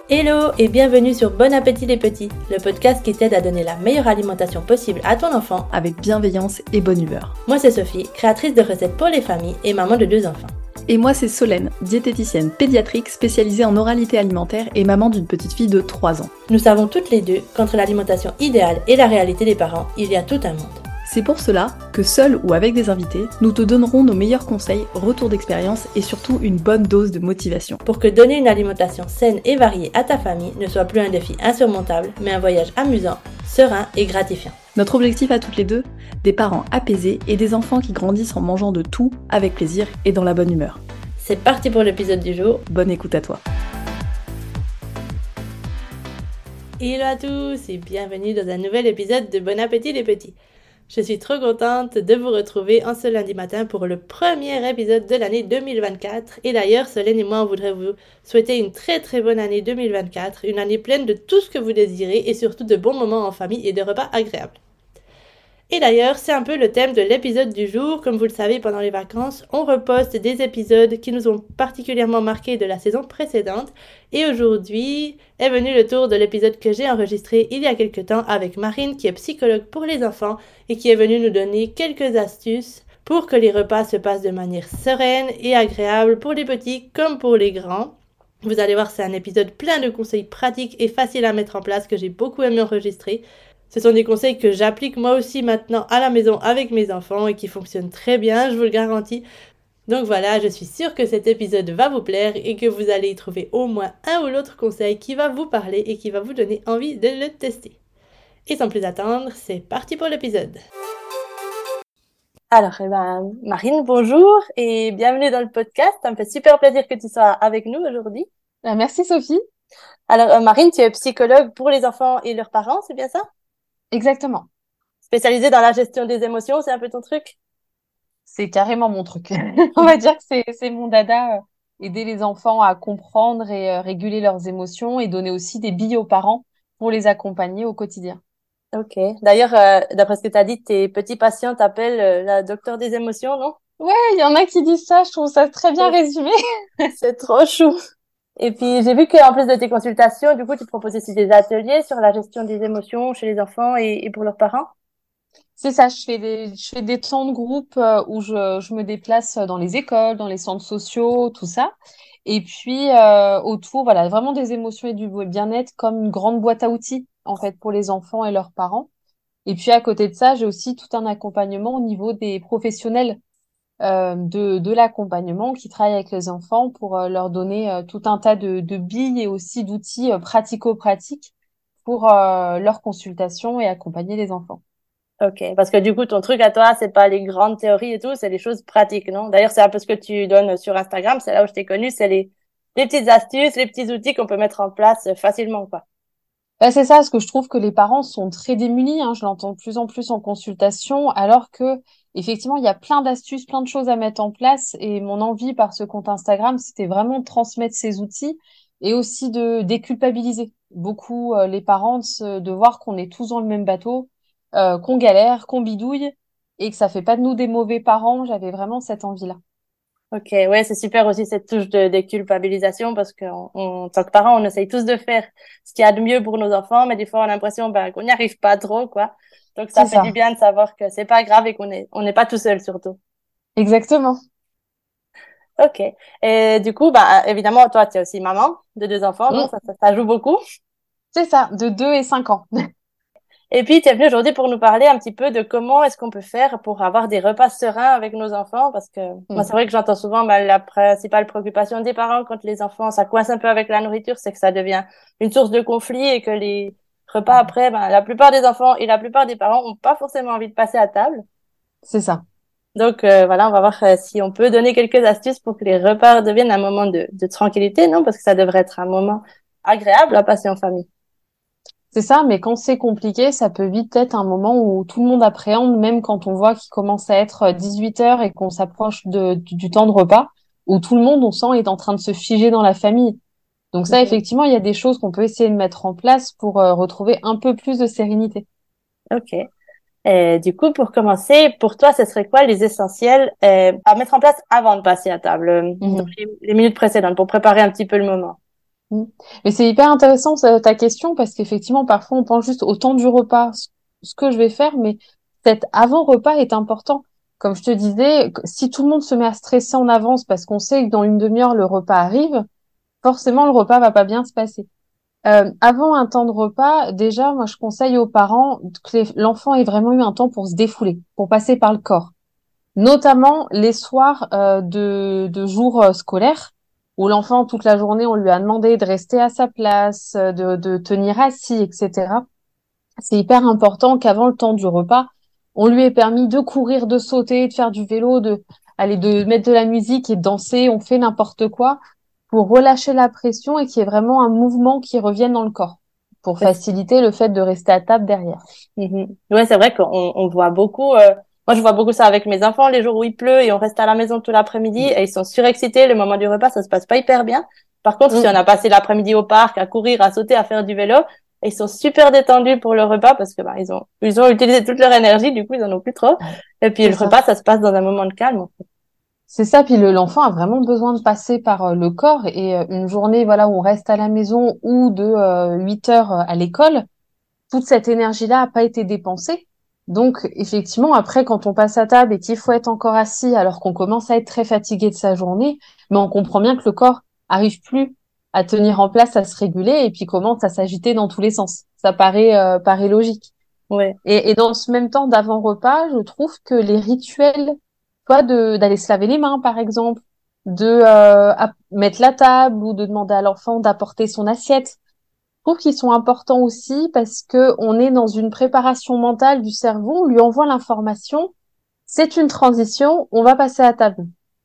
Hello et bienvenue sur Bon Appétit les Petits, le podcast qui t'aide à donner la meilleure alimentation possible à ton enfant avec bienveillance et bonne humeur. Moi c'est Sophie, créatrice de recettes pour les familles et maman de 2 enfants. Et moi c'est Solène, diététicienne pédiatrique spécialisée en oralité alimentaire et maman d'une petite fille de 3 ans. Nous savons toutes les deux qu'entre l'alimentation idéale et la réalité des parents, il y a tout un monde. C'est pour cela que seul ou avec des invités, nous te donnerons nos meilleurs conseils, retours d'expérience et surtout une bonne dose de motivation. Pour que donner une alimentation saine et variée à ta famille ne soit plus un défi insurmontable, mais un voyage amusant, serein et gratifiant. Notre objectif à toutes les deux, des parents apaisés et des enfants qui grandissent en mangeant de tout avec plaisir et dans la bonne humeur. C'est parti pour l'épisode du jour. Bonne écoute à toi. Hello à tous et bienvenue dans un nouvel épisode de Bon Appétit les Petits. Je suis trop contente de vous retrouver en ce lundi matin pour le premier épisode de l'année 2024. Et d'ailleurs, Solène et moi, on voudrait vous souhaiter une très très bonne année 2024, une année pleine de tout ce que vous désirez et surtout de bons moments en famille et de repas agréables. Et d'ailleurs, c'est un peu le thème de l'épisode du jour. Comme vous le savez, pendant les vacances, on reposte des épisodes qui nous ont particulièrement marqués de la saison précédente. Et aujourd'hui est venu le tour de l'épisode que j'ai enregistré il y a quelques temps avec Marine, qui est psychologue pour les enfants et qui est venue nous donner quelques astuces pour que les repas se passent de manière sereine et agréable pour les petits comme pour les grands. Vous allez voir, c'est un épisode plein de conseils pratiques et faciles à mettre en place que j'ai beaucoup aimé enregistrer. Ce sont des conseils que j'applique moi aussi maintenant à la maison avec mes enfants et qui fonctionnent très bien, je vous le garantis. Donc voilà, je suis sûre que cet épisode va vous plaire et que vous allez y trouver au moins un ou l'autre conseil qui va vous parler et qui va vous donner envie de le tester. Et sans plus attendre, c'est parti pour l'épisode. Alors, Marine, bonjour et bienvenue dans le podcast. Ça me fait super plaisir que tu sois avec nous aujourd'hui. Merci Sophie. Alors, Marine, tu es psychologue pour les enfants et leurs parents, c'est bien ça ? Exactement. Spécialisée dans la gestion des émotions, c'est un peu ton truc ? C'est carrément mon truc. On va dire que c'est mon dada, aider les enfants à comprendre et réguler leurs émotions et donner aussi des billes aux parents pour les accompagner au quotidien. Ok. D'ailleurs, d'après ce que tu as dit, tes petits patients t'appellent la docteure des émotions, non ? Ouais, il y en a qui disent ça, je trouve ça très bien résumé. C'est trop chou. Et puis, j'ai vu qu'en plus de tes consultations, du coup, tu proposes aussi des ateliers sur la gestion des émotions chez les enfants et pour leurs parents. C'est ça, je fais des temps de groupe où je me déplace dans les écoles, dans les centres sociaux, tout ça. Et puis, autour, voilà, vraiment des émotions et du bien-être comme une grande boîte à outils, en fait, pour les enfants et leurs parents. Et puis, à côté de ça, j'ai aussi tout un accompagnement au niveau des professionnels de l'accompagnement qui travaillent avec les enfants pour leur donner tout un tas de billes et aussi d'outils pratico-pratiques pour leur consultation et accompagner les enfants. Ok, parce que du coup, ton truc à toi, c'est pas les grandes théories et tout, c'est les choses pratiques, non? D'ailleurs, c'est un peu ce que tu donnes sur Instagram, c'est là où je t'ai connue, c'est les petites astuces, les petits outils qu'on peut mettre en place facilement, quoi. Bah, c'est ça, parce que je trouve que les parents sont très démunis, hein, je l'entends de plus en plus en consultation, alors que effectivement, il y a plein d'astuces, plein de choses à mettre en place, et mon envie par ce compte Instagram, c'était vraiment de transmettre ces outils et aussi de déculpabiliser beaucoup les parents de voir qu'on est tous dans le même bateau, qu'on galère, qu'on bidouille, et que ça fait pas de nous des mauvais parents. J'avais vraiment cette envie-là. Ok, ouais, c'est super aussi cette touche de déculpabilisation parce que en tant que parents, on essaye tous de faire ce qu'il y a de mieux pour nos enfants, mais des fois, on a l'impression qu'on n'y arrive pas trop, quoi. Donc, ça fait du bien de savoir que c'est pas grave et on n'est pas tout seul, surtout. Exactement. Ok. Et du coup, évidemment, toi, tu es aussi maman de 2 enfants, donc ça joue beaucoup. C'est ça, de 2 et 5 ans. Et puis, tu es venue aujourd'hui pour nous parler un petit peu de comment est-ce qu'on peut faire pour avoir des repas sereins avec nos enfants, parce que moi, c'est vrai que j'entends souvent la principale préoccupation des parents quand les enfants, ça coince un peu avec la nourriture, c'est que ça devient une source de conflit et que les repas après, la plupart des enfants et la plupart des parents ont pas forcément envie de passer à table. C'est ça. Donc voilà, on va voir si on peut donner quelques astuces pour que les repas deviennent un moment de tranquillité, non? Parce que ça devrait être un moment agréable à passer en famille. C'est ça, mais quand c'est compliqué, ça peut vite être un moment où tout le monde appréhende, même quand on voit qu'il commence à être 18h et qu'on s'approche du temps de repas, où tout le monde, on sent, est en train de se figer dans la famille. Donc ça, effectivement, il y a des choses qu'on peut essayer de mettre en place pour retrouver un peu plus de sérénité. Ok. Et du coup, pour commencer, pour toi, ce serait quoi les essentiels à mettre en place avant de passer à table, dans les minutes précédentes, pour préparer un petit peu le moment? Mm. Mais c'est hyper intéressant ta question parce qu'effectivement, parfois, on pense juste au temps du repas, ce que je vais faire, mais cet avant-repas est important. Comme je te disais, si tout le monde se met à stresser en avance parce qu'on sait que dans une demi-heure, le repas arrive, forcément, le repas va pas bien se passer. Avant un temps de repas, déjà, moi, je conseille aux parents que l'enfant ait vraiment eu un temps pour se défouler, pour passer par le corps. Notamment les soirs de jours scolaires où l'enfant, toute la journée, on lui a demandé de rester à sa place, de tenir assis, etc. C'est hyper important qu'avant le temps du repas, on lui ait permis de courir, de sauter, de faire du vélo, de mettre de la musique et de danser, on fait n'importe quoi pour relâcher la pression et qu'il y ait vraiment un mouvement qui revienne dans le corps pour faciliter le fait de rester à table derrière. Ouais, c'est vrai qu'on voit beaucoup. Moi, je vois beaucoup ça avec mes enfants, les jours où il pleut et on reste à la maison tout l'après-midi et ils sont surexcités. Le moment du repas, ça se passe pas hyper bien. Par contre, si on a passé l'après-midi au parc, à courir, à sauter, à faire du vélo, ils sont super détendus pour le repas parce que ils ont utilisé toute leur énergie, du coup, ils en ont plus trop. Et puis le repas, ça se passe dans un moment de calme. C'est ça, puis l'enfant a vraiment besoin de passer par le corps et une journée voilà où on reste à la maison ou de 8 heures à l'école, toute cette énergie-là a pas été dépensée. Donc effectivement, après quand on passe à table et qu'il faut être encore assis alors qu'on commence à être très fatigué de sa journée, mais on comprend bien que le corps arrive plus à tenir en place, à se réguler et puis commence à s'agiter dans tous les sens. Ça paraît logique. Ouais. Et dans ce même temps d'avant-repas, je trouve que les rituels, soit d'aller se laver les mains, par exemple, de mettre la table ou de demander à l'enfant d'apporter son assiette, je trouve qu'ils sont importants aussi parce que on est dans une préparation mentale du cerveau, on lui envoie l'information, c'est une transition, on va passer à table.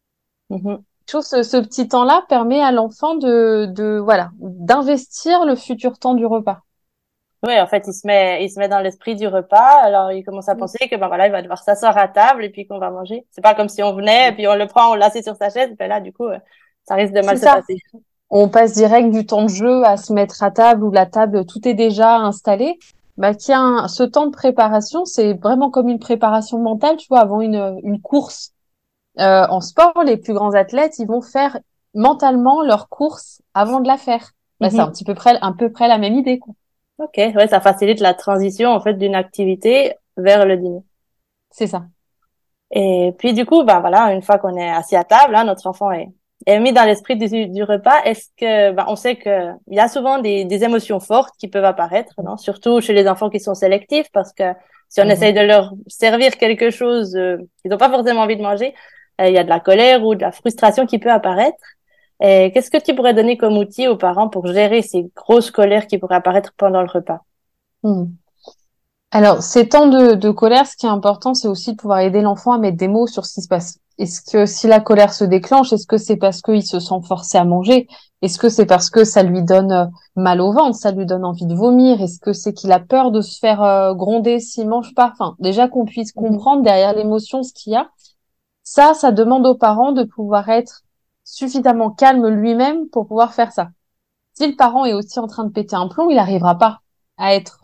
Je trouve ce petit temps-là permet à l'enfant voilà, d'investir le futur temps du repas. Oui, en fait, il se met dans l'esprit du repas. Alors, il commence à penser que, ben voilà, il va devoir s'asseoir à table et puis qu'on va manger. C'est pas comme si on venait et puis on le prend, on l'assied sur sa chaise. Ben là, du coup, ça risque de mal C'est se ça. passer. On passe direct du temps de jeu à se mettre à table où la table, tout est déjà installé. Bah, ce temps de préparation, c'est vraiment comme une préparation mentale, tu vois, avant une course. En sport, les plus grands athlètes, ils vont faire mentalement leur course avant de la faire. Bah, c'est un peu près la même idée, quoi. Ok, ouais, ça facilite la transition, en fait, d'une activité vers le dîner. C'est ça. Et puis, du coup, ben voilà, une fois qu'on est assis à table, hein, notre enfant est mis dans l'esprit du repas. Est-ce que, ben, on sait que il y a souvent des émotions fortes qui peuvent apparaître, non? Surtout chez les enfants qui sont sélectifs, parce que si on essaye de leur servir quelque chose qu'ils n'ont pas forcément envie de manger, il y a de la colère ou de la frustration qui peut apparaître. Et qu'est-ce que tu pourrais donner comme outil aux parents pour gérer ces grosses colères qui pourraient apparaître pendant le repas? Hmm. Alors, ces temps de colère, ce qui est important, c'est aussi de pouvoir aider l'enfant à mettre des mots sur ce qui se passe. Est-ce que si la colère se déclenche, est-ce que c'est parce qu'il se sent forcé à manger? Est-ce que c'est parce que ça lui donne mal au ventre, ça lui donne envie de vomir? Est-ce que c'est qu'il a peur de se faire gronder s'il mange pas? Enfin, déjà qu'on puisse comprendre derrière l'émotion ce qu'il y a. Ça demande aux parents de pouvoir être suffisamment calme lui-même pour pouvoir faire ça. Si le parent est aussi en train de péter un plomb, il n'arrivera pas à être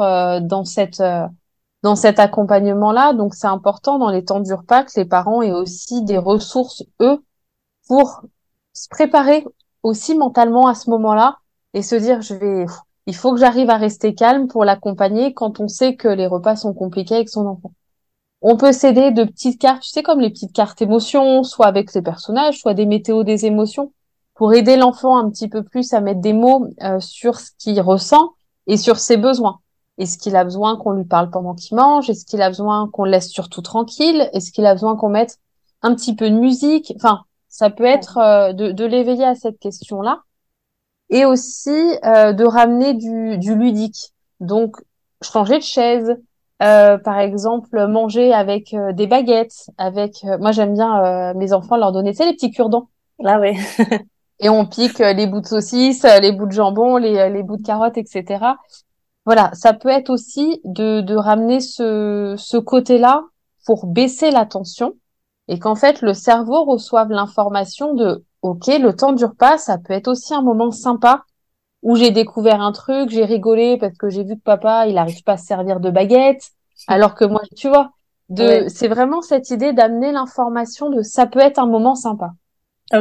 dans cet accompagnement-là. Donc, c'est important dans les temps du repas que les parents aient aussi des ressources, eux, pour se préparer aussi mentalement à ce moment-là et se dire, il faut que j'arrive à rester calme pour l'accompagner quand on sait que les repas sont compliqués avec son enfant. On peut s'aider de petites cartes, tu sais, comme les petites cartes émotions, soit avec les personnages, soit des météos des émotions, pour aider l'enfant un petit peu plus à mettre des mots sur ce qu'il ressent et sur ses besoins. Est-ce qu'il a besoin qu'on lui parle pendant qu'il mange? Est-ce qu'il a besoin qu'on le laisse surtout tranquille? Est-ce qu'il a besoin qu'on mette un petit peu de musique? Enfin, ça peut être de l'éveiller à cette question-là. Et aussi de ramener du ludique. Donc, changer de chaise, par exemple, manger avec des baguettes, moi j'aime bien mes enfants leur donner, tu sais, les petits cure-dents. Là, oui. Et on pique les bouts de saucisse, les bouts de jambon, les bouts de carottes, etc. Voilà, ça peut être aussi de ramener ce côté-là pour baisser la tension et qu'en fait le cerveau reçoive l'information de OK, le temps du repas, ça peut être aussi un moment sympa où j'ai découvert un truc, j'ai rigolé parce que j'ai vu que papa, il arrive pas à se servir de baguette, alors que moi, tu vois, Ouais. c'est vraiment cette idée d'amener l'information de ça peut être un moment sympa. Ok.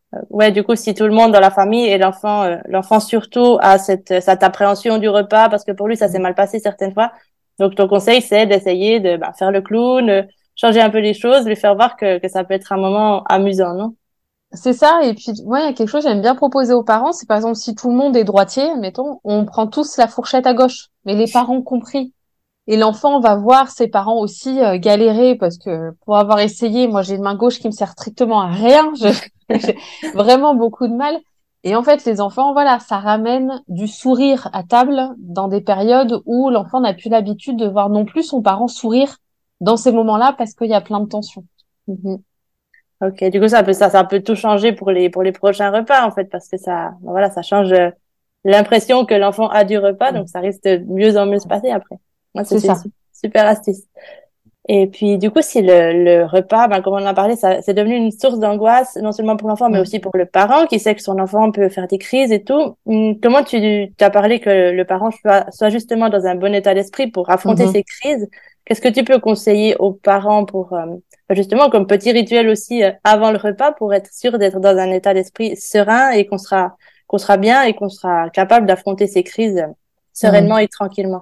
Ouais, du coup, si tout le monde dans la famille et l'enfant surtout a cette appréhension du repas parce que pour lui, ça s'est mal passé certaines fois. Donc, ton conseil, c'est d'essayer de faire le clown, changer un peu les choses, lui faire voir que ça peut être un moment amusant, non? C'est ça. Et puis, moi, il y a quelque chose que j'aime bien proposer aux parents. C'est par exemple, si tout le monde est droitier, mettons, on prend tous la fourchette à gauche, mais les parents compris. Et l'enfant va voir ses parents aussi galérer parce que pour avoir essayé, moi, j'ai une main gauche qui me sert strictement à rien. J'ai vraiment beaucoup de mal. Et en fait, les enfants, voilà, ça ramène du sourire à table dans des périodes où l'enfant n'a plus l'habitude de voir non plus son parent sourire dans ces moments-là parce qu'il y a plein de tensions. Mhm. Ok, du coup, ça peut tout changer pour les prochains repas, en fait, parce que voilà, ça change l'impression que l'enfant a du repas, donc Mm. ça risque de mieux en mieux se passer après. Moi, C'est c'est une ça. super astuce. Et puis, du coup, si le repas, comme on en a parlé, c'est devenu une source d'angoisse, non seulement pour l'enfant, mais Mm. aussi pour le parent qui sait que son enfant peut faire des crises et tout. Comment tu as parlé que le parent soit justement dans un bon état d'esprit pour affronter Mhm. ces crises? Qu'est-ce que tu peux conseiller aux parents pour, justement, comme petit rituel aussi, avant le repas pour être sûr d'être dans un état d'esprit serein et qu'on sera bien et qu'on sera capable d'affronter ces crises sereinement Mm. et tranquillement?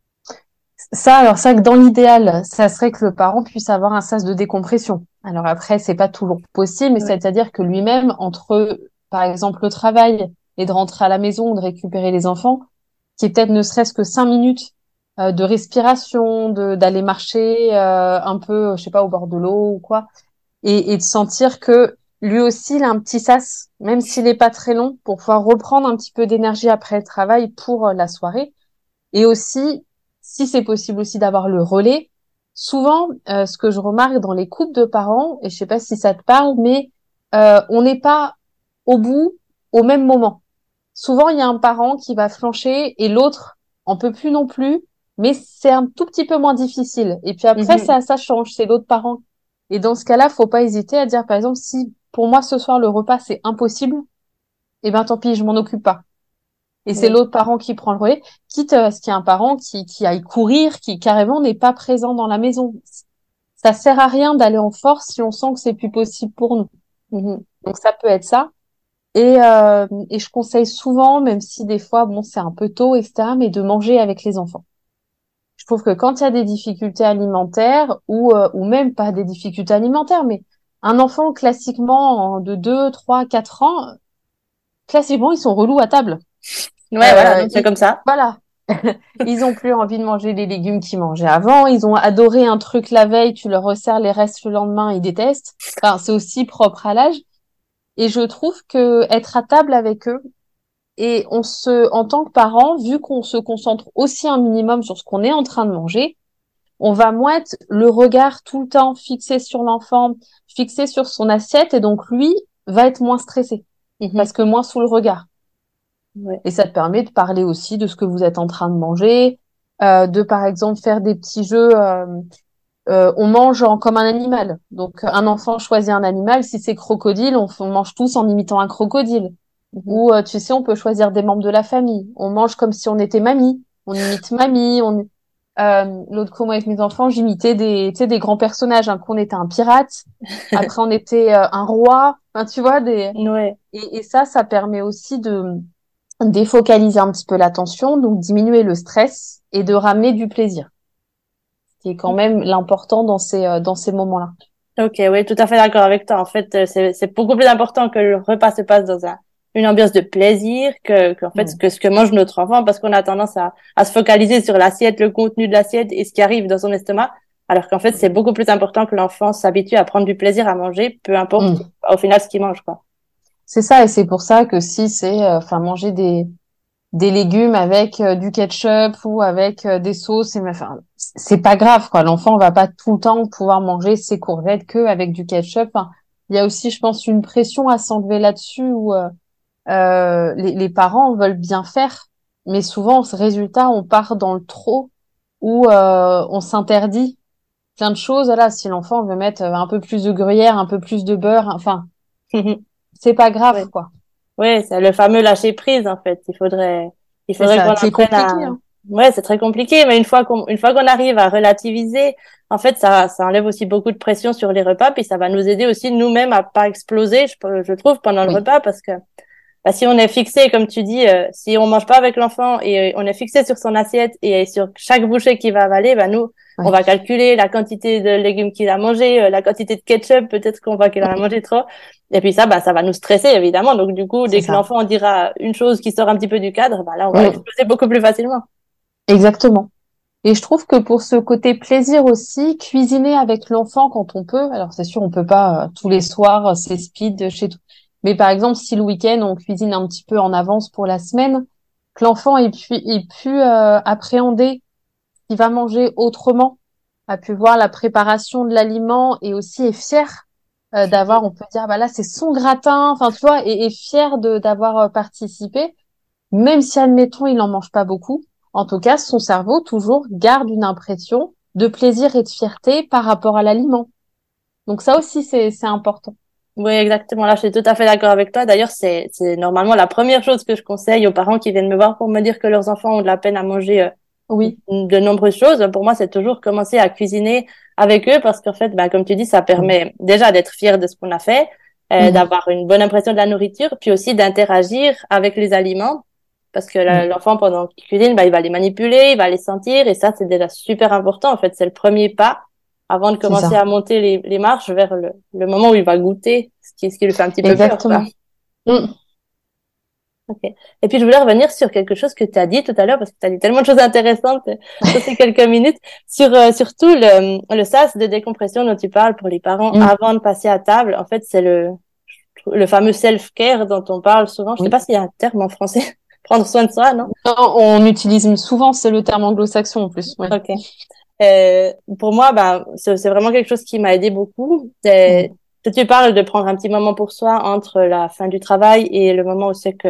Ça, alors ça que dans l'idéal, ça serait que le parent puisse avoir un sas de décompression. Alors après, c'est pas toujours possible, mais Ouais. c'est-à-dire que lui-même, entre, par exemple, le travail et de rentrer à la maison, de récupérer les enfants, qui est peut-être ne serait-ce que 5 minutes de respiration, d'aller marcher un peu, je sais pas, au bord de l'eau ou quoi, et de sentir que lui aussi, il a un petit sas, même s'il n'est pas très long, pour pouvoir reprendre un petit peu d'énergie après le travail pour la soirée. Et aussi, si c'est possible aussi d'avoir le relais, souvent, ce que je remarque dans les couples de parents, et je sais pas si ça te parle, mais on n'est pas au bout au même moment. Souvent, il y a un parent qui va flancher et l'autre en peut plus non plus, mais c'est un tout petit peu moins difficile. Et puis après, Mhm. ça change, c'est l'autre parent. Et dans ce cas-là, faut pas hésiter à dire, par exemple, si pour moi ce soir le repas c'est impossible, eh ben tant pis, je m'en occupe pas. Et c'est Oui. l'autre parent qui prend le relais, quitte à ce qu'il y ait un parent qui aille courir, qui carrément n'est pas présent dans la maison. Ça sert à rien d'aller en force si on sent que c'est plus possible pour nous. Mhm. Donc ça peut être ça. Et je conseille souvent, même si des fois, bon, c'est un peu tôt, etc., mais de manger avec les enfants. Je trouve que quand il y a des difficultés alimentaires ou même pas des difficultés alimentaires, mais un enfant classiquement de 2, 3, 4 ans, classiquement, ils sont relous à table. Ouais, voilà, Euh, donc c'est ils- comme ça. voilà. Ils ont plus envie de manger les légumes qu'ils mangeaient avant. Ils ont adoré un truc la veille, tu leur resserres les restes le lendemain, ils détestent. Enfin, c'est aussi propre à l'âge. Et je trouve que être à table avec eux, et en tant que parent, vu qu'on se concentre aussi un minimum sur ce qu'on est en train de manger, on va moins être le regard tout le temps fixé sur l'enfant, fixé sur son assiette, et donc lui va être moins stressé Mhm. parce que moins sous le regard. Ouais. Et ça te permet de parler aussi de ce que vous êtes en train de manger, de par exemple faire des petits jeux. On mange comme un animal. Donc un enfant choisit un animal. Si c'est crocodile, on mange tous en imitant un crocodile. Mhm. Ou tu sais, on peut choisir des membres de la famille. On mange comme si on était mamie. On imite mamie. L'autre fois, moi, avec mes enfants, j'imitais tu sais, des grands personnages. Un coup, on était un pirate. Après, on était un roi. Enfin, tu vois, Ouais. et ça permet aussi de défocaliser un petit peu l'attention, donc diminuer le stress et de ramener du plaisir, qui est quand même l'important dans ces moments-là. Ok, oui, tout à fait d'accord avec toi. En fait, c'est beaucoup plus important que le repas se passe dans une ambiance de plaisir que, en fait, Mm. ce que mange notre enfant parce qu'on a tendance à se focaliser sur l'assiette, le contenu de l'assiette et ce qui arrive dans son estomac. Alors qu'en fait, c'est beaucoup plus important que l'enfant s'habitue à prendre du plaisir à manger, peu importe Mm. au final ce qu'il mange, quoi. C'est ça, et c'est pour ça que si c'est, enfin, manger des légumes avec du ketchup ou avec des sauces, enfin, c'est pas grave, quoi. L'enfant va pas tout le temps pouvoir manger ses courgettes que avec du ketchup. Enfin, il y a aussi, je pense, une pression à s'enlever là-dessus où les parents veulent bien faire, mais souvent, ce résultat, on part dans le trop où on s'interdit plein de choses. Là, si l'enfant veut mettre un peu plus de gruyère, un peu plus de beurre, enfin, c'est pas grave, Ouais. quoi. Ouais, c'est le fameux lâcher prise, en fait. Il C'est faudrait ça, qu'on qui est apprenne compliqué, hein. Ouais, c'est très compliqué, mais une fois qu'on arrive à relativiser, en fait, ça enlève aussi beaucoup de pression sur les repas, puis ça va nous aider aussi nous-mêmes à pas exploser, je trouve, pendant le Oui, repas, parce que bah, si on est fixé, comme tu dis, si on mange pas avec l'enfant et on est fixé sur son assiette et sur chaque bouchée qu'il va avaler, bah nous, on ouais, va calculer la quantité de légumes qu'il a mangé, la quantité de ketchup, peut-être qu'on voit qu'il en a mangé trop. Et puis ça, bah ça va nous stresser évidemment. Donc du coup, c'est dès que ça. l'enfant dira une chose qui sort un petit peu du cadre, bah là, on va Mm, exploser beaucoup plus facilement. exactement. Et je trouve que pour ce côté plaisir aussi, cuisiner avec l'enfant quand on peut, alors c'est sûr, on peut pas tous les soirs, c'est speed chez tout. Mais par exemple, si le week-end, on cuisine un petit peu en avance pour la semaine, que l'enfant ait pu appréhender ce qu'il va manger autrement, a pu voir la préparation de l'aliment et aussi est fier d'avoir, on peut dire, bah là, c'est son gratin, enfin, tu vois, et fier d'avoir participé. Même si, admettons, il n'en mange pas beaucoup, en tout cas, son cerveau toujours garde une impression de plaisir et de fierté par rapport à l'aliment. Donc ça aussi, c'est important. Oui, exactement. Là, je suis tout à fait d'accord avec toi. D'ailleurs, c'est normalement la première chose que je conseille aux parents qui viennent me voir pour me dire que leurs enfants ont de la peine à manger Oui. de nombreuses choses. Pour moi, c'est toujours commencer à cuisiner avec eux parce qu'en fait, bah, comme tu dis, ça Mm. permet déjà d'être fier de ce qu'on a fait, Mhm. d'avoir une bonne impression de la nourriture, puis aussi d'interagir avec les aliments parce que Mm. l'enfant, pendant qu'il cuisine, bah, il va les manipuler, il va les sentir et ça, c'est déjà super important. En fait, c'est le premier pas avant de C'est commencer ça. à monter les marches vers le moment où il va goûter, ce qui lui fait un petit peu peur, quoi. Exactement. Mm. Ok. Et puis, je voulais revenir sur quelque chose que tu as dit tout à l'heure, parce que tu as dit tellement de choses intéressantes sur ces quelques minutes, sur surtout le sas de décompression dont tu parles pour les parents Mm. avant de passer à table. En fait, c'est le fameux self-care dont on parle souvent. Je sais Oui. pas s'il y a un terme en français. Prendre soin de soi, non? Non, on utilise souvent, c'est le terme anglo-saxon en plus. Oui. Ok. Pour moi, bah, c'est vraiment quelque chose qui m'a aidé beaucoup. Mm. Que tu parles de prendre un petit moment pour soi entre la fin du travail et le moment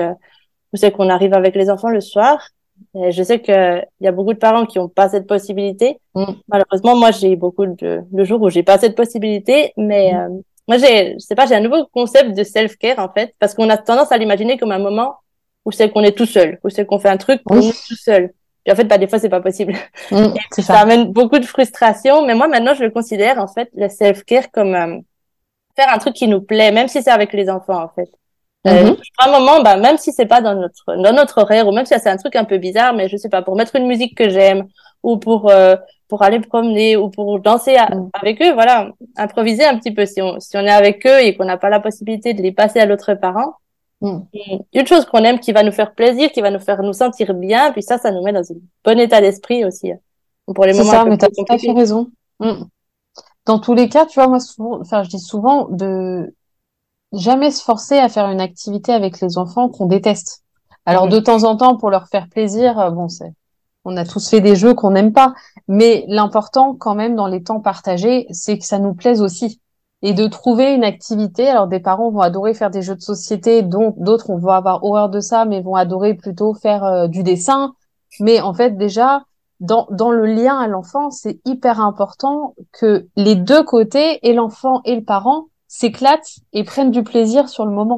où c'est qu'on arrive avec les enfants le soir. Et je sais que il y a beaucoup de parents qui n'ont pas cette possibilité. Mm. Malheureusement, moi, j'ai beaucoup de jours où j'ai pas cette possibilité, mais Mm. moi, je sais pas, j'ai un nouveau concept de self-care en fait, parce qu'on a tendance à l'imaginer comme un moment où c'est qu'on est tout seul, où c'est qu'on fait un truc pour Oui. nous tout seul. Puis en fait, bah, des fois, c'est pas possible. Mm. Et C'est puis, ça ça. amène beaucoup de frustration. Mais moi, maintenant, je le considère, en fait, le self-care comme faire un truc qui nous plaît, même si c'est avec les enfants, en fait. Mhm. Je prends un moment, bah, même si c'est pas dans notre horaire, ou même si c'est un truc un peu bizarre, mais je sais pas, pour mettre une musique que j'aime, ou pour aller me promener, ou pour danser Mm. avec eux, voilà, improviser un petit peu. Si on est avec eux et qu'on n'a pas la possibilité de les passer à l'autre parent, Mm. une chose qu'on aime qui va nous faire plaisir, qui va nous faire nous sentir bien, puis ça nous met dans un bon état d'esprit aussi, pour les C'est moments un ça, peu mais tu as plus tout à fait compliqués. raison. Mm. Dans tous les cas, tu vois, moi, souvent, enfin, je dis souvent de jamais se forcer à faire une activité avec les enfants qu'on déteste. Alors, Mhm. de temps en temps, pour leur faire plaisir, bon, on a tous fait des jeux qu'on n'aime pas, mais l'important, quand même, dans les temps partagés, c'est que ça nous plaise aussi. Et de trouver une activité. Alors, des parents vont adorer faire des jeux de société, dont d'autres vont avoir horreur de ça, mais vont adorer plutôt faire du dessin. Mais en fait, déjà, dans le lien à l'enfant, c'est hyper important que les deux côtés, et l'enfant et le parent, s'éclatent et prennent du plaisir sur le moment.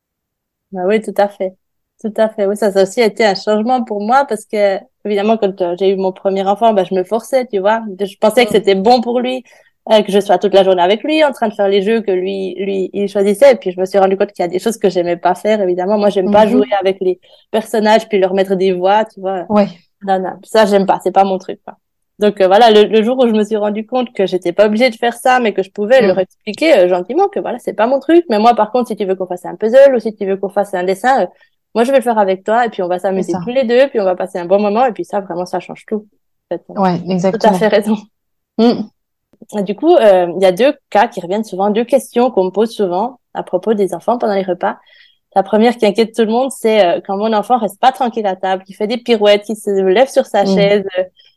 Ah oui, tout à fait. Tout à fait. Oui, ça a aussi été un changement pour moi parce que, évidemment, quand j'ai eu mon premier enfant, bah, je me forçais, tu vois. Je pensais que Mm. c'était bon pour lui, que je sois toute la journée avec lui, en train de faire les jeux que lui, il choisissait. Et puis, je me suis rendu compte qu'il y a des choses que j'aimais pas faire, évidemment. Moi, j'aime pas jouer Mhm. avec les personnages puis leur mettre des voix, tu vois. Ouais, Non, non, ça, j'aime pas. C'est pas mon truc, quoi. Donc, voilà, le jour où je me suis rendu compte que j'étais pas obligée de faire ça, mais que je pouvais leur mm. expliquer gentiment que voilà, c'est pas mon truc. Mais moi, par contre, si tu veux qu'on fasse un puzzle ou si tu veux qu'on fasse un dessin, moi, je vais le faire avec toi et puis on va C'est s'amuser tous ça. les deux, puis on va passer un bon moment et puis ça, vraiment, ça change tout. En fait, Ouais, tout à fait exactement. raison. Mm. Et du coup, il y a deux cas qui reviennent souvent, deux questions qu'on me pose souvent à propos des enfants pendant les repas. La première qui inquiète tout le monde, c'est quand mon enfant reste pas tranquille à table, qui fait des pirouettes, qui se lève sur sa Mm. chaise,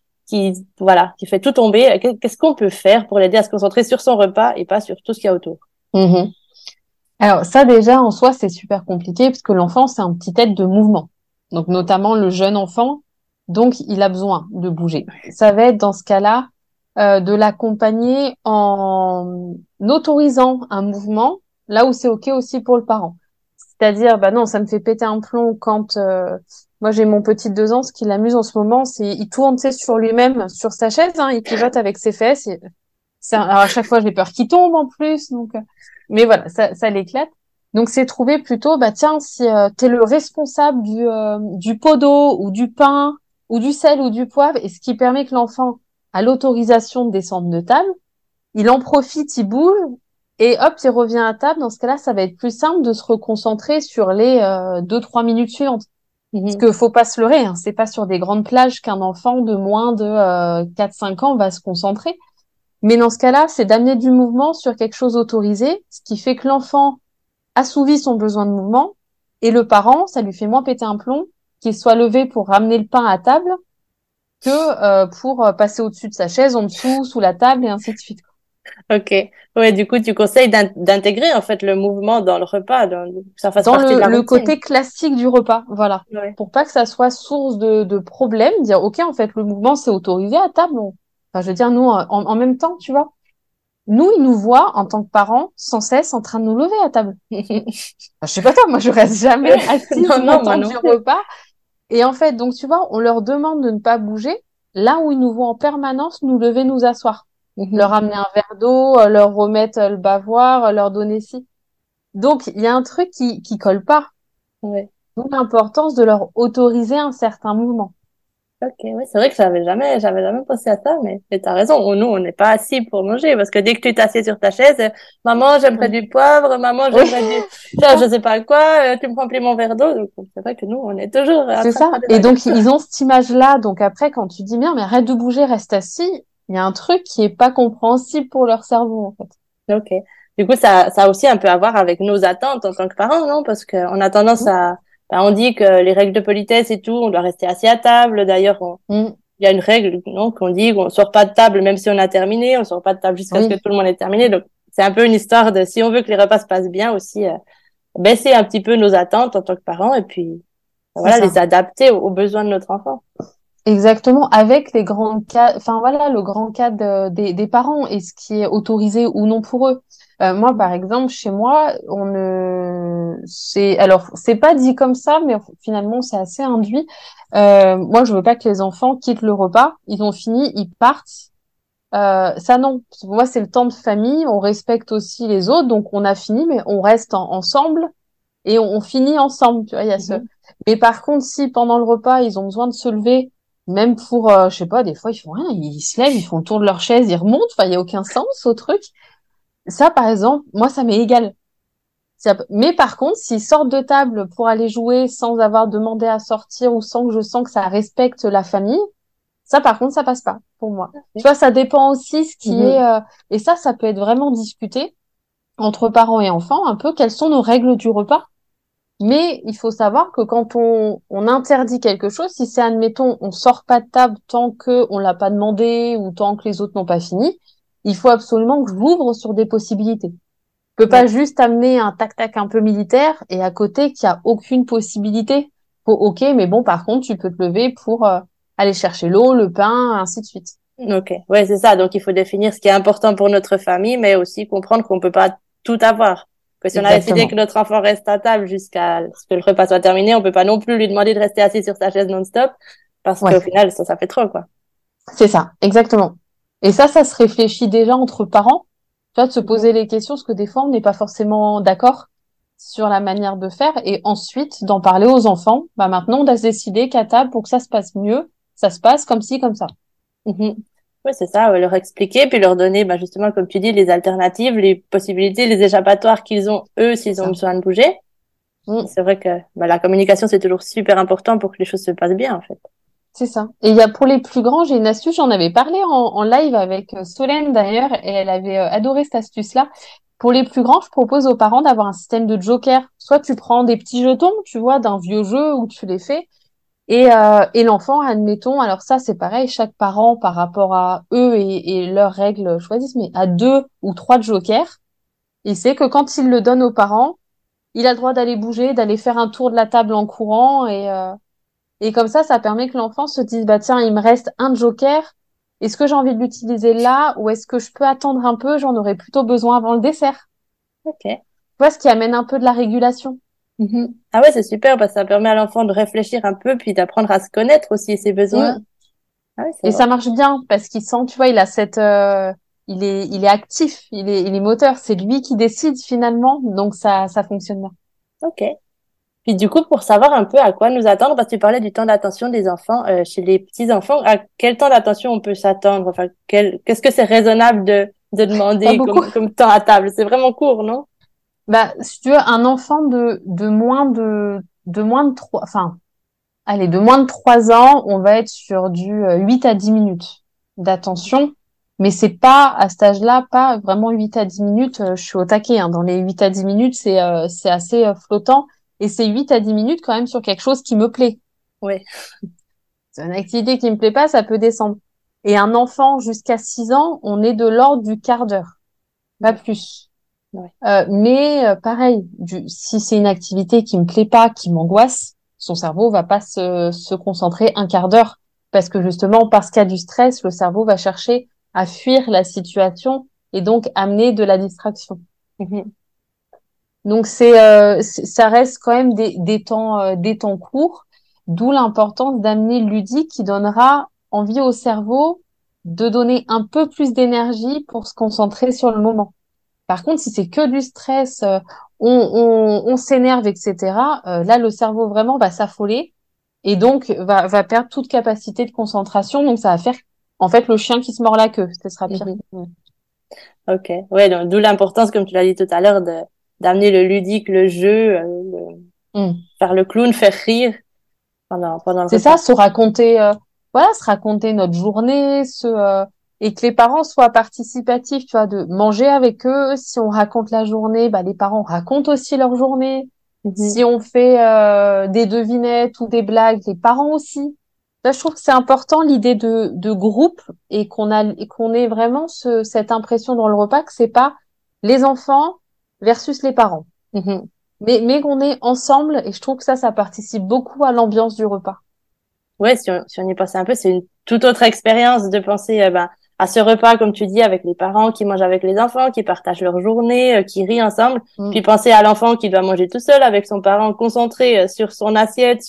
qui fait tout tomber. Qu'est-ce qu'on peut faire pour l'aider à se concentrer sur son repas et pas sur tout ce qu'il y a autour? Mhm. Alors ça déjà en soi c'est super compliqué parce que l'enfant c'est un petit être de mouvement. Donc notamment le jeune enfant, donc il a besoin de bouger. Ça va être dans ce cas-là de l'accompagner en autorisant un mouvement là où c'est OK aussi pour le parent. C'est-à-dire, bah non, ça me fait péter un plomb quand moi j'ai mon petit de 2 ans, ce qui l'amuse en ce moment, c'est il tourne, tu sais, sur lui-même, sur sa chaise, hein, il pivote avec ses fesses. Alors à chaque fois, j'ai peur qu'il tombe en plus, donc. Mais voilà, ça l'éclate. Donc c'est trouver plutôt, bah tiens, si t'es le responsable du pot d'eau ou du pain ou du sel ou du poivre, et ce qui permet que l'enfant a l'autorisation de descendre de table, il en profite, il bouge, et hop, il revient à table. Dans ce cas-là, ça va être plus simple de se reconcentrer sur les 2-3 minutes suivantes. Parce Mhm. que faut pas se leurrer, hein, c'est pas sur des grandes plages qu'un enfant de moins de 4-5 ans va se concentrer. Mais dans ce cas-là, c'est d'amener du mouvement sur quelque chose autorisé, ce qui fait que l'enfant assouvit son besoin de mouvement, et le parent, ça lui fait moins péter un plomb qu'il soit levé pour ramener le pain à table que pour passer au-dessus de sa chaise, en dessous, sous la table, et ainsi de suite. Ok. Ouais, du coup, tu conseilles d'intégrer en fait le mouvement dans le repas, que ça fasse Dans partie de la le routine. côté classique du repas, voilà. Ouais. Pour pas que ça soit source de problème, dire, OK, en fait, le mouvement, c'est autorisé à table. Enfin, je veux dire, nous, en même temps, tu vois, nous, ils nous voient, en tant que parents, sans cesse en train de nous lever à table. Enfin, je sais pas toi, moi, je reste jamais assise Non, le non, moi temps non du plus. repas. Et en fait, donc, tu vois, on leur demande de ne pas bouger, là où ils nous voient en permanence nous lever, nous asseoir. Leur Mhm. amener un verre d'eau, leur remettre le bavoir, leur donner ci. Donc, il y a un truc qui colle pas. Ouais. D'où l'importance de leur autoriser un certain mouvement. Ok, ouais, c'est vrai que j'avais jamais pensé à ça, mais t'as raison. Nous, on n'est pas assis pour manger parce que dès que tu t'assieds sur ta chaise, maman, j'aimerais Oui, du poivre, maman, oui, j'aimerais du, c'est ça, ça. je sais pas quoi, tu me remplis mon verre d'eau. Donc, c'est vrai que nous, on est toujours en C'est train de ça. faire des Et allers. donc, ils ont cette image-là. Donc après, quand tu dis, merde, mais arrête de bouger, reste assis, il y a un truc qui est pas compréhensible pour leur cerveau, en fait. Ok. Du coup, ça a aussi un peu à voir avec nos attentes en tant que parents, non? Parce qu'on a tendance Mm, à, on dit que les règles de politesse et tout, on doit rester assis à table. D'ailleurs, mm, il y a une règle, non, qu'on dit qu'on sort pas de table même si on a terminé, on sort pas de table jusqu'à ce que oui, tout le monde ait terminé. Donc, c'est un peu une histoire de, si on veut que les repas se passent bien aussi, baisser un petit peu nos attentes en tant que parents et puis, c'est voilà, les ça. adapter aux besoins de notre enfant. Exactement, avec les grands cas, enfin voilà, le grand cas des parents et ce qui est autorisé ou non pour eux. Moi, par exemple, chez moi, alors, c'est pas dit comme ça, mais finalement, c'est assez induit. Moi, je veux pas que les enfants quittent le repas. Ils ont fini, ils partent. Ça, non. Pour moi, c'est le temps de famille. On respecte aussi les autres, donc on a fini, mais on reste ensemble et on finit ensemble. Tu vois, il y a ce. Mhm. Mais par contre, si pendant le repas, ils ont besoin de se lever, même pour, je sais pas, des fois, ils font rien, ils se lèvent, ils font le tour de leur chaise, ils remontent. Enfin, il y a aucun sens au truc. Ça, par exemple, moi, ça m'est égal. Mais par contre, s'ils sortent de table pour aller jouer sans avoir demandé à sortir ou sans que je sens que ça respecte la famille, ça, par contre, ça passe pas pour moi. Tu vois, ça dépend aussi ce qui est, Mhm. et ça peut être vraiment discuté entre parents et enfants, un peu quelles sont nos règles du repas. Mais il faut savoir que quand on interdit quelque chose, si c'est, admettons, on sort pas de table tant que on l'a pas demandé ou tant que les autres n'ont pas fini, il faut absolument que j'ouvre sur des possibilités. Je peux Ouais. pas juste amener un tac-tac un peu militaire et à côté qu'il y a aucune possibilité. Ok, mais bon, par contre, tu peux te lever pour aller chercher l'eau, le pain, ainsi de suite. Ok. Ouais, c'est ça. Donc, il faut définir ce qui est important pour notre famille, mais aussi comprendre qu'on peut pas tout avoir. Que si on a décidé que Exactement. notre enfant reste à table jusqu'à ce que le repas soit terminé, on peut pas non plus lui demander de rester assis sur sa chaise non-stop parce qu'au Ouais, final, ça fait trop, quoi. c'est ça, exactement. Et ça se réfléchit déjà entre parents, tu vois, de se Mhm. poser les questions, parce que des fois, on n'est pas forcément d'accord sur la manière de faire, et ensuite d'en parler aux enfants. Bah maintenant, on doit se décider qu'à table, pour que ça se passe mieux, ça se passe comme ci, comme ça. Mhm. Ouais, c'est ça, ouais, leur expliquer, puis leur donner, bah, justement, comme tu dis, les alternatives, les possibilités, les échappatoires qu'ils ont, eux, C'est s'ils ont ça. besoin de bouger. Et Mm, c'est vrai que bah, la communication, c'est toujours super important pour que les choses se passent bien, en fait. c'est ça. Et il y a pour les plus grands, j'ai une astuce, j'en avais parlé en live avec Solène d'ailleurs, et elle avait adoré cette astuce-là. Pour les plus grands, je propose aux parents d'avoir un système de joker. Soit tu prends des petits jetons, tu vois, d'un vieux jeu où tu les fais. Et l'enfant, admettons, alors ça c'est pareil, chaque parent par rapport à eux et leurs règles choisissent, mais à 2 ou 3 jokers, il sait que quand il le donne aux parents, il a le droit d'aller bouger, d'aller faire un tour de la table en courant, et comme ça permet que l'enfant se dise, bah tiens, il me reste un joker, est-ce que j'ai envie de l'utiliser là, ou est-ce que je peux attendre un peu, j'en aurais plutôt besoin avant le dessert. Ok. Tu vois, ce qui amène un peu de la régulation. Mhm. Ah ouais, c'est super parce que ça permet à l'enfant de réfléchir un peu puis d'apprendre à se connaître aussi et ses besoins. Mm. Ah oui, c'est Et vrai. ça marche bien parce qu'il sent, tu vois, il a il est actif, il est moteur. C'est lui qui décide finalement, donc ça fonctionne bien. Ok. Puis du coup, pour savoir un peu à quoi nous attendre, parce que tu parlais du temps d'attention des enfants, chez les petits-enfants, à quel temps d'attention on peut s'attendre? Enfin, qu'est-ce que c'est raisonnable de Pas demander beaucoup. comme temps à table? C'est vraiment court, non? Bah, si tu veux, un enfant de moins de 3, enfin, allez, de moins de 3 ans, on va être sur du 8 à 10 minutes d'attention. Mais c'est pas, à cet âge-là, pas vraiment 8 à 10 minutes. Je suis au taquet, hein. Dans les 8 à 10 minutes, c'est assez flottant. Et c'est 8 à 10 minutes quand même sur quelque chose qui me plaît. Oui. C'est une activité qui me plaît pas, ça peut descendre. Et un enfant jusqu'à 6 ans, on est de l'ordre du quart d'heure, pas plus. Ouais. Mais pareil, si c'est une activité qui me plaît pas, qui m'angoisse, son cerveau va pas se concentrer un quart d'heure parce que justement parce qu'il y a du stress, le cerveau va chercher à fuir la situation et donc amener de la distraction. Mhm. Donc ça reste quand même des temps courts, d'où l'importance d'amener le ludique qui donnera envie au cerveau de donner un peu plus d'énergie pour se concentrer sur le moment. Par contre, si c'est que du stress, on s'énerve, etc., là, le cerveau vraiment va s'affoler et donc va perdre toute capacité de concentration. Donc, ça va faire, en fait, le chien qui se mord la queue. Ce sera pire. Mhm. Ok. Ouais, donc d'où l'importance, comme tu l'as dit tout à l'heure, d'amener le ludique, le jeu, Mm. faire le clown, faire rire pendant le C'est ça, repas. se raconter, voilà, se raconter notre journée, et que les parents soient participatifs, tu vois, de manger avec eux. Si on raconte la journée, bah, les parents racontent aussi leur journée. Mhm. Si on fait des devinettes ou des blagues, les parents aussi. Là, je trouve que c'est important l'idée de groupe et qu'on ait vraiment cette impression dans le repas que c'est pas les enfants versus les parents, Mhm. mais qu'on est ensemble et je trouve que ça participe beaucoup à l'ambiance du repas. Ouais, si on y pense un peu, c'est une toute autre expérience de penser ben, à ce repas, comme tu dis, avec les parents qui mangent avec les enfants, qui partagent leur journée, qui rient ensemble, puis Mm. penser à l'enfant qui doit manger tout seul avec son parent concentré sur son assiette,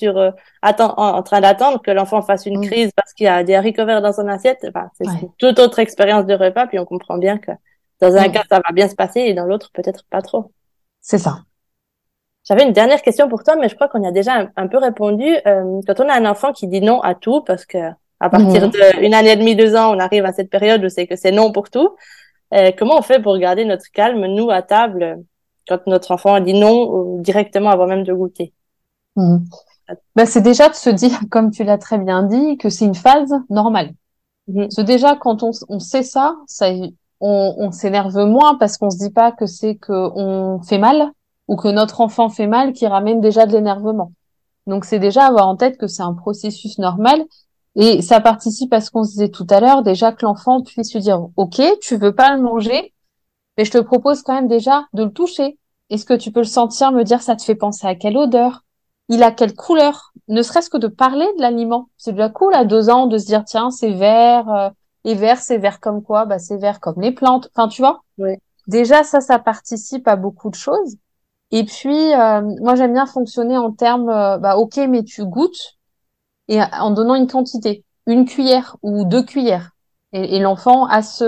en train d'attendre que l'enfant fasse une Mm. crise parce qu'il y a des haricots verts dans son assiette. Enfin, c'est une Ouais. toute autre expérience de repas, puis on comprend bien que dans un cas, Mm. ça va bien se passer et dans l'autre, peut-être pas trop. C'est ça. J'avais une dernière question pour toi, mais je crois qu'on y a déjà un peu répondu. Quand on a un enfant qui dit non à tout, parce que à partir Mhm. d'une année et demie, 2 ans, on arrive à cette période où c'est que c'est non pour tout. Comment on fait pour garder notre calme, nous, à table, quand notre enfant dit non directement avant même de goûter? Mhm. Bah, c'est déjà de se dire, comme tu l'as très bien dit, que c'est une phase normale. Mhm, Parce que déjà, quand on sait ça, on s'énerve moins parce qu'on se dit pas que c'est qu'on fait mal ou que notre enfant fait mal qui ramène déjà de l'énervement. Donc, c'est déjà avoir en tête que c'est un processus normal et ça participe à ce qu'on se disait tout à l'heure, déjà que l'enfant puisse se dire, OK, tu veux pas le manger, mais je te propose quand même déjà de le toucher. Est-ce que tu peux le sentir, me dire ça te fait penser à quelle odeur? Il a quelle couleur? Ne serait-ce que de parler de l'aliment. C'est déjà cool à 2 ans de se dire tiens, c'est vert, et vert, c'est vert comme quoi? Bah, c'est vert comme les plantes. Enfin, tu vois, ouais. déjà ça participe à beaucoup de choses. Et puis, moi j'aime bien fonctionner en termes, bah ok, mais tu goûtes et en donnant une quantité, une cuillère ou 2 cuillères. Et l'enfant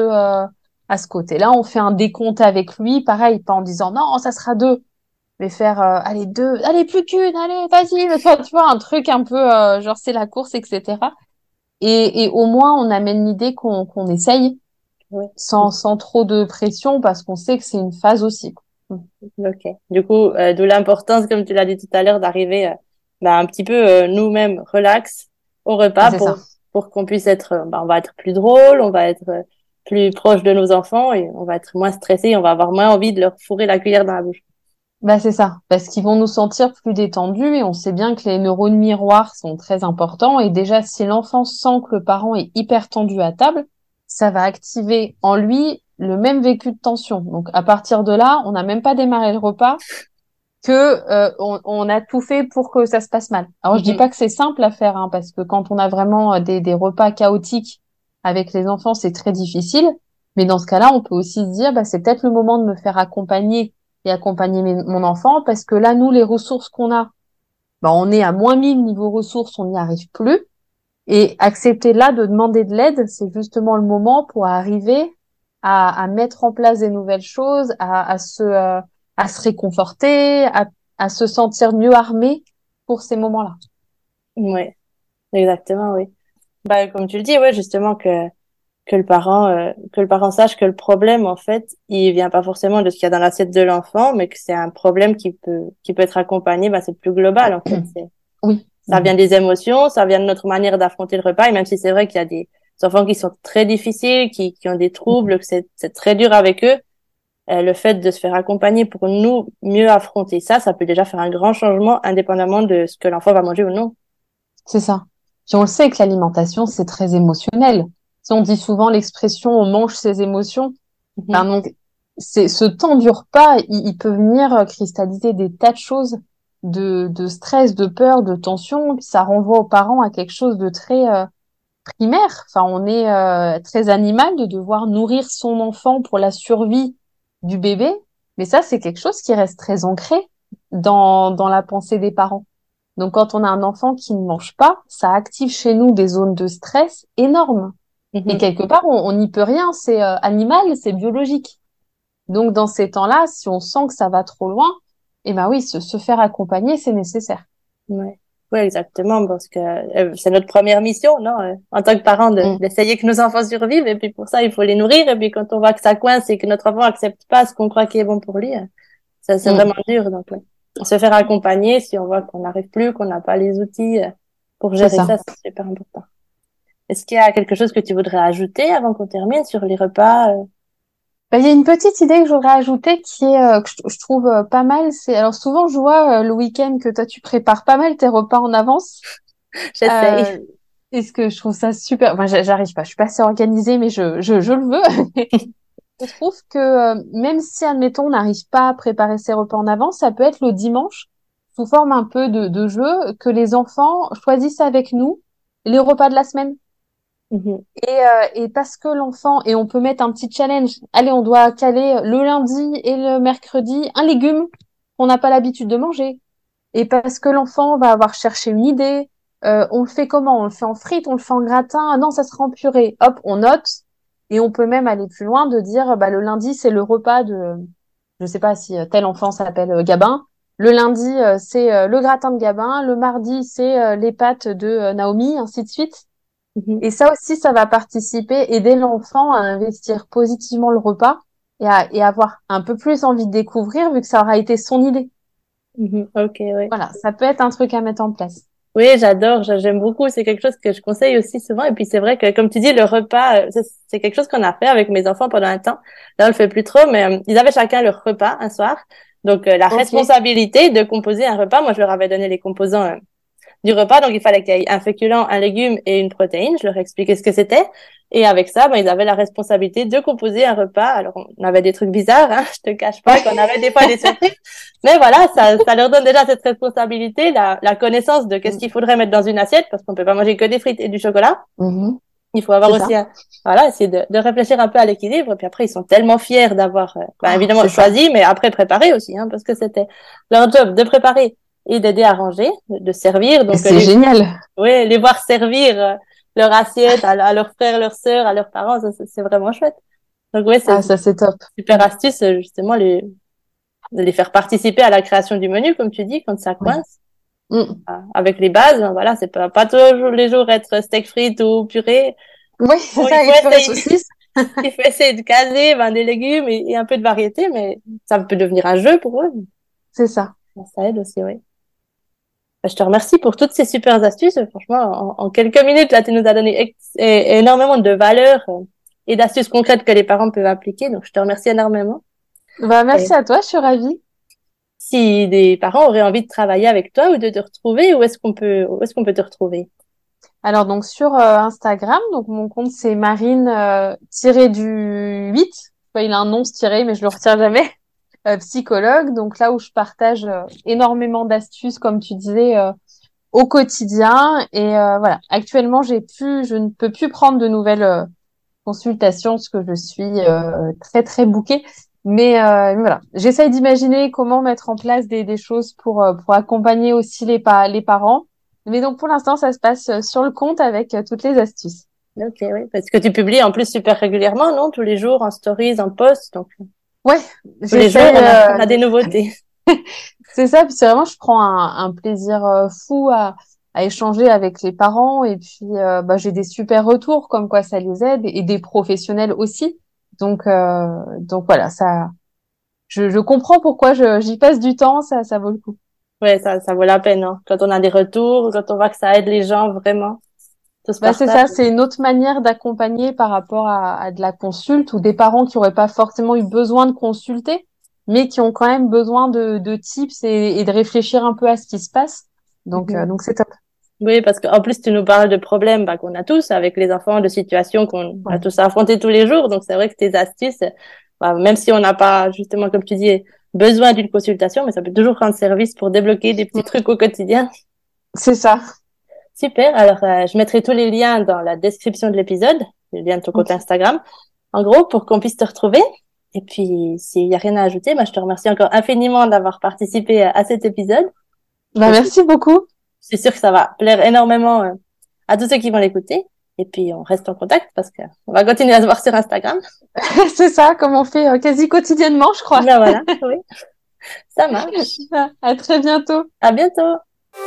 à ce côté-là, on fait un décompte avec lui, pareil, pas en disant non, ça sera 2, mais faire allez 2, allez plus qu'une, allez vas-y, mais toi, tu vois un truc un peu genre c'est la course, etc. Et au moins on amène l'idée qu'on essaye Ouais. sans trop de pression parce qu'on sait que c'est une phase aussi. Ok. Du coup, d'où l'importance, comme tu l'as dit tout à l'heure, d'arriver ben, un petit peu nous-mêmes relax au Ah, repas c'est ça. pour qu'on puisse être, ben, on va être plus drôle, on va être plus proche de nos enfants et on va être moins stressé, on va avoir moins envie de leur fourrer la cuillère dans la bouche. Bah, c'est ça, parce qu'ils vont nous sentir plus détendus et on sait bien que les neurones miroirs sont très importants. Et déjà, si l'enfant sent que le parent est hyper tendu à table, ça va activer en lui le même vécu de tension. Donc, à partir de là, on n'a même pas démarré le repas que on a tout fait pour que ça se passe mal. Alors, je dis Mhm. pas que c'est simple à faire, hein, parce que quand on a vraiment des repas chaotiques avec les enfants, c'est très difficile. Mais dans ce cas-là, on peut aussi se dire, bah, c'est peut-être le moment de me faire accompagner et accompagner mon enfant parce que là, nous, les ressources qu'on a, on est à -1000 niveau ressources, on n'y arrive plus. Et accepter là de demander de l'aide, c'est justement le moment pour arriver à mettre en place des nouvelles choses, à se réconforter, à se sentir mieux armé pour ces moments-là. Ouais, exactement, oui. Bah, comme tu le dis, ouais, justement que le parent sache que le problème, en fait, il vient pas forcément de ce qu'il y a dans l'assiette de l'enfant, mais que c'est un problème qui peut être accompagné, bah, c'est plus global, en fait. Oui. Ça vient des émotions, ça vient de notre manière d'affronter le repas, et même si c'est vrai qu'il y a des enfants qui sont très difficiles, qui ont des troubles, que c'est très dur avec eux, le fait de se faire accompagner pour nous mieux affronter ça, ça peut déjà faire un grand changement indépendamment de ce que l'enfant va manger ou non. C'est ça. Puis on le sait que l'alimentation, c'est très émotionnel. Si on dit souvent l'expression on mange ses émotions, donc ce temps du repas, il peut venir cristalliser des tas de choses, de stress, de peur, de tension, puis ça renvoie aux parents à quelque chose de très primaire. Enfin, on est très animal de devoir nourrir son enfant pour la survie du bébé, mais ça, c'est quelque chose qui reste très ancré dans la pensée des parents. Donc, quand on a un enfant qui ne mange pas, ça active chez nous des zones de stress énormes. Et quelque part, on n'y peut rien, c'est animal, c'est biologique. Donc, dans ces temps-là, si on sent que ça va trop loin, eh ben oui, se faire accompagner, c'est nécessaire. Ouais. Oui, exactement, parce que c'est notre première mission, non, en tant que parent, d'essayer que nos enfants survivent, et puis pour ça, il faut les nourrir, et puis quand on voit que ça coince et que notre enfant accepte pas ce qu'on croit qui est bon pour lui, ça, c'est vraiment dur, donc ouais. Se faire accompagner si on voit qu'on n'arrive plus, qu'on n'a pas les outils pour gérer ça, c'est super important. Est-ce qu'il y a quelque chose que tu voudrais ajouter avant qu'on termine sur les repas? Il y a une petite idée que j'aurais ajoutée qui est que je trouve pas mal. C'est alors souvent je vois le week-end que toi tu prépares pas mal tes repas en avance. J'essaye. Est-ce que je trouve ça super. Moi, j'arrive pas. Je suis pas assez organisée, mais je le veux. Je trouve que même si admettons on n'arrive pas à préparer ses repas en avance, ça peut être le dimanche sous forme un peu de jeu que les enfants choisissent avec nous les repas de la semaine. Et parce que l'enfant, et on peut mettre un petit challenge, allez, on doit caler le lundi et le mercredi un légume qu'on n'a pas l'habitude de manger. Et parce que l'enfant va avoir cherché une idée, on le fait comment? On le fait en frites, on le fait en gratin, ah non, ça sera en purée. Hop, on note, et on peut même aller plus loin de dire, le lundi, c'est le repas de, je sais pas si tel enfant s'appelle Gabin. Le lundi, c'est le gratin de Gabin. Le mardi, c'est les pâtes de Naomi, ainsi de suite. Et ça aussi, ça va participer, aider l'enfant à investir positivement le repas et avoir un peu plus envie de découvrir vu que ça aura été son idée. Ok, oui. Voilà, ça peut être un truc à mettre en place. Oui, j'adore, j'aime beaucoup. C'est quelque chose que je conseille aussi souvent. Et puis c'est vrai que, comme tu dis, le repas, c'est quelque chose qu'on a fait avec mes enfants pendant un temps. Là, on le fait plus trop, mais ils avaient chacun leur repas un soir. Donc la responsabilité de composer un repas, moi je leur avais donné les composants du repas. Donc, il fallait qu'il y ait un féculent, un légume et une protéine. Je leur ai expliqué ce que c'était. Et avec ça, ils avaient la responsabilité de composer un repas. Alors, on avait des trucs bizarres, hein. Je te cache pas qu'on avait des fois des surprises. Mais voilà, ça leur donne déjà cette responsabilité, la connaissance de qu'est-ce qu'il faudrait mettre dans une assiette, parce qu'on peut pas manger que des frites et du chocolat. Il faut avoir aussi essayer de réfléchir un peu à l'équilibre. Puis après, ils sont tellement fiers d'avoir, évidemment, choisi, mais après préparé aussi, hein, parce que c'était leur job de préparer et d'aider à ranger, de servir. Donc c'est génial. Oui, les voir servir leur assiette à leurs frères, leurs sœurs, à leurs parents, ça, c'est vraiment chouette. Donc ouais, ça c'est top. Super astuce justement de les faire participer à la création du menu, comme tu dis, quand ça coince. Avec les bases, voilà, c'est pas toujours les jours être steak frites ou purée. Oui, c'est ça, il faut essayer de caser des légumes et un peu de variété, mais ça peut devenir un jeu pour eux. C'est ça. Ça aide aussi, oui. Je te remercie pour toutes ces super astuces. Franchement, en quelques minutes, là, tu nous as donné énormément de valeurs et d'astuces concrètes que les parents peuvent appliquer. Donc, je te remercie énormément. Merci à toi, je suis ravie. Si des parents auraient envie de travailler avec toi ou de te retrouver, où est-ce qu'on peut te retrouver? Alors, donc, sur Instagram, donc, mon compte, c'est Marine-du-8. Il a un nom, ce tiré, mais je le retiens jamais. Psychologue, donc là où je partage énormément d'astuces, comme tu disais, au quotidien. Et voilà, actuellement, je ne peux plus prendre de nouvelles consultations parce que je suis très très bookée. Mais voilà, j'essaye d'imaginer comment mettre en place des choses pour accompagner aussi les parents. Mais donc pour l'instant, ça se passe sur le compte avec toutes les astuces. Ok, oui. Parce que tu publies en plus super régulièrement, non? Tous les jours en stories, en post. Donc, Ouais, tous les jours, j'essaye. on a des nouveautés. C'est ça, puis c'est vraiment, je prends un plaisir fou à échanger avec les parents et puis bah, j'ai des super retours comme quoi ça les aide et des professionnels aussi. Donc voilà, ça, je comprends pourquoi j'y passe du temps, ça vaut le coup. Ouais, ça vaut la peine, hein. Quand on a des retours, quand on voit que ça aide les gens vraiment, tout se Bah, c'est partage. ça, c'est une autre manière d'accompagner par rapport à de la consulte ou des parents qui auraient pas forcément eu besoin de consulter, mais qui ont quand même besoin de tips et de réfléchir un peu à ce qui se passe. Donc c'est top. Oui, parce qu'en plus, tu nous parles de problèmes bah, qu'on a tous avec les enfants, de situations qu'on a Ouais. tous à affronter tous les jours. Donc, c'est vrai que tes astuces, bah, même si on n'a pas, justement, comme tu dis, besoin d'une consultation, mais ça peut toujours rendre service pour débloquer des petits trucs au quotidien. C'est ça. Super. Alors, je mettrai tous les liens dans la description de l'épisode, le lien de ton compte Ok. Instagram, en gros, pour qu'on puisse te retrouver. Et puis, s'il y a rien à ajouter, bah, je te remercie encore infiniment d'avoir participé à cet épisode. Bah, merci beaucoup. Je suis sûre que ça va plaire énormément à tous ceux qui vont l'écouter. Et puis, on reste en contact parce que on va continuer à se voir sur Instagram. C'est ça, comme on fait quasi quotidiennement, je crois. Ben voilà, oui, ça marche. À très bientôt. À bientôt.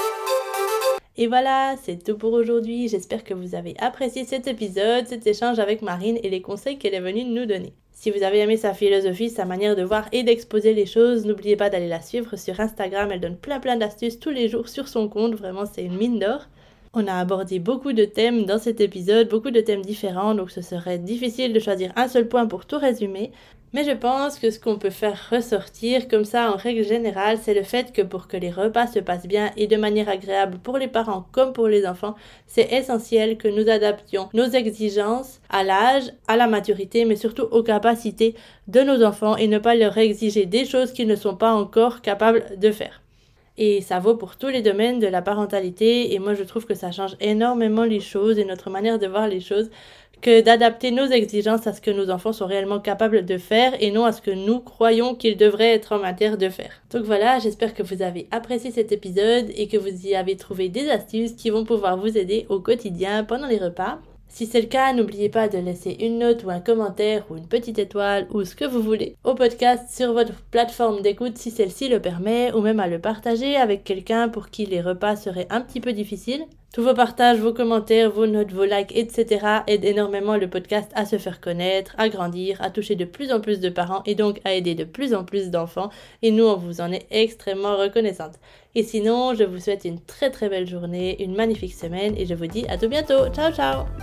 Et voilà, c'est tout pour aujourd'hui. J'espère que vous avez apprécié cet épisode, cet échange avec Marine et les conseils qu'elle est venue nous donner. Si vous avez aimé sa philosophie, sa manière de voir et d'exposer les choses, n'oubliez pas d'aller la suivre sur Instagram. Elle donne plein d'astuces tous les jours sur son compte. Vraiment, c'est une mine d'or. On a abordé beaucoup de thèmes dans cet épisode, beaucoup de thèmes différents, donc ce serait difficile de choisir un seul point pour tout résumer. Mais je pense que ce qu'on peut faire ressortir comme ça en règle générale, c'est le fait que pour que les repas se passent bien et de manière agréable pour les parents comme pour les enfants, c'est essentiel que nous adaptions nos exigences à l'âge, à la maturité, mais surtout aux capacités de nos enfants et ne pas leur exiger des choses qu'ils ne sont pas encore capables de faire. Et ça vaut pour tous les domaines de la parentalité et moi je trouve que ça change énormément les choses et notre manière de voir les choses que d'adapter nos exigences à ce que nos enfants sont réellement capables de faire et non à ce que nous croyons qu'ils devraient être en matière de faire. Donc voilà, j'espère que vous avez apprécié cet épisode et que vous y avez trouvé des astuces qui vont pouvoir vous aider au quotidien pendant les repas. Si c'est le cas, n'oubliez pas de laisser une note ou un commentaire ou une petite étoile ou ce que vous voulez au podcast sur votre plateforme d'écoute si celle-ci le permet ou même à le partager avec quelqu'un pour qui les repas seraient un petit peu difficiles. Tous vos partages, vos commentaires, vos notes, vos likes, etc. aident énormément le podcast à se faire connaître, à grandir, à toucher de plus en plus de parents et donc à aider de plus en plus d'enfants. Et nous, on vous en est extrêmement reconnaissante. Et sinon, je vous souhaite une très belle journée, une magnifique semaine et je vous dis à tout bientôt. Ciao ciao!